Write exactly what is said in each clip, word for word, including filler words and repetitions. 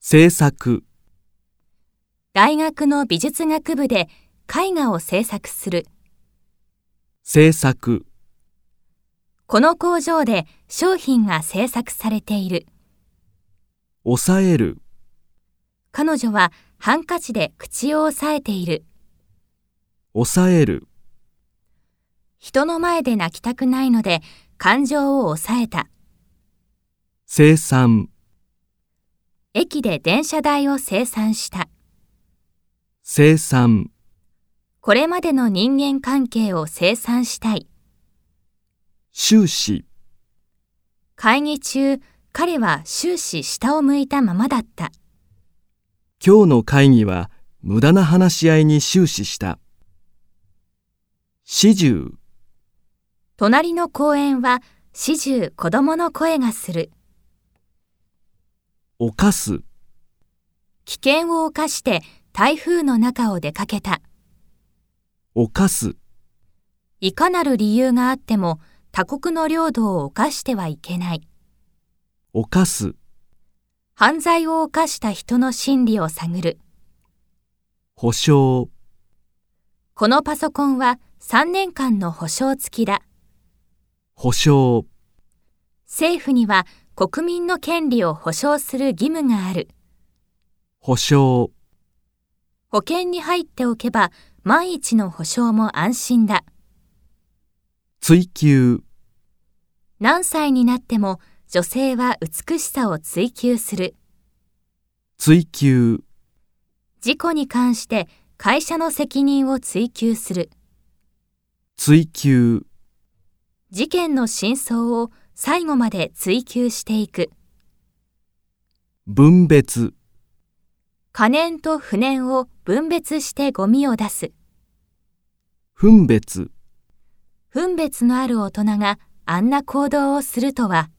制作、 大学の美術学部で絵画を制作する。 制作、 この工場で商品が製作されている。 抑える、 彼女はハンカチで口を押さえている。 抑える、 人の前で泣きたくないので感情を抑えた。 生産、 駅で電車代を清算した。 生産、 これまでの人間関係を清算したい。 終始、 会議中、彼は終始下を向いたままだった。 今日の会議は無駄な話し合いに終始した。始終、 隣の公園は始終子供の声がする。 犯す、 危険を冒して台風の中を出かけた。 犯す、 いかなる理由があっても他国の領土を侵してはいけない。 犯す、 犯罪を犯した人の心理を探る。 保証、 このパソコンはさんねんかんの保証付きだ。 保証、 政府には国民の権利を保障する義務がある。 保証、 保険に入っておけば万一の保証も安心だ。 追求、 何歳になっても女性は美しさを追求する。 追求、 事故に関して会社の責任を追及する。 追求、 事件の真相を最後まで追及していく。 分別、 可燃と不燃を分別してゴミを出す。 分別、 分別のある大人があんな行動をするとは。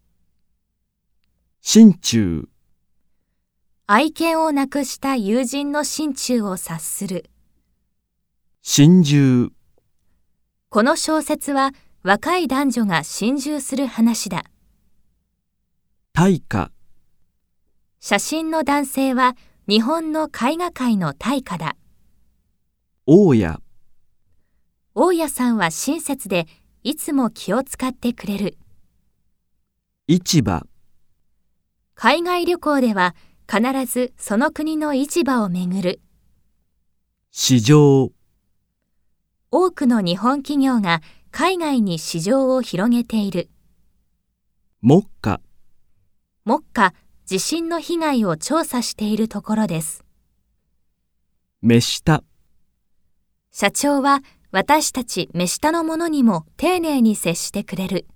心中、 愛犬を亡くした友人の心中を察する。 心中、 この小説は若い男女が心中する話だ。 大家、 写真の男性は日本の絵画界の大家だ。 大家、 大家さんは親切でいつも気を使ってくれる。 市場、 海外旅行では必ずその国の市場を巡る。 市場、 多くの日本企業が海外に市場を広げている。 目下、 目下、地震の被害を調査しているところです。 目下、 社長は私たち目下の者にも丁寧に接してくれる。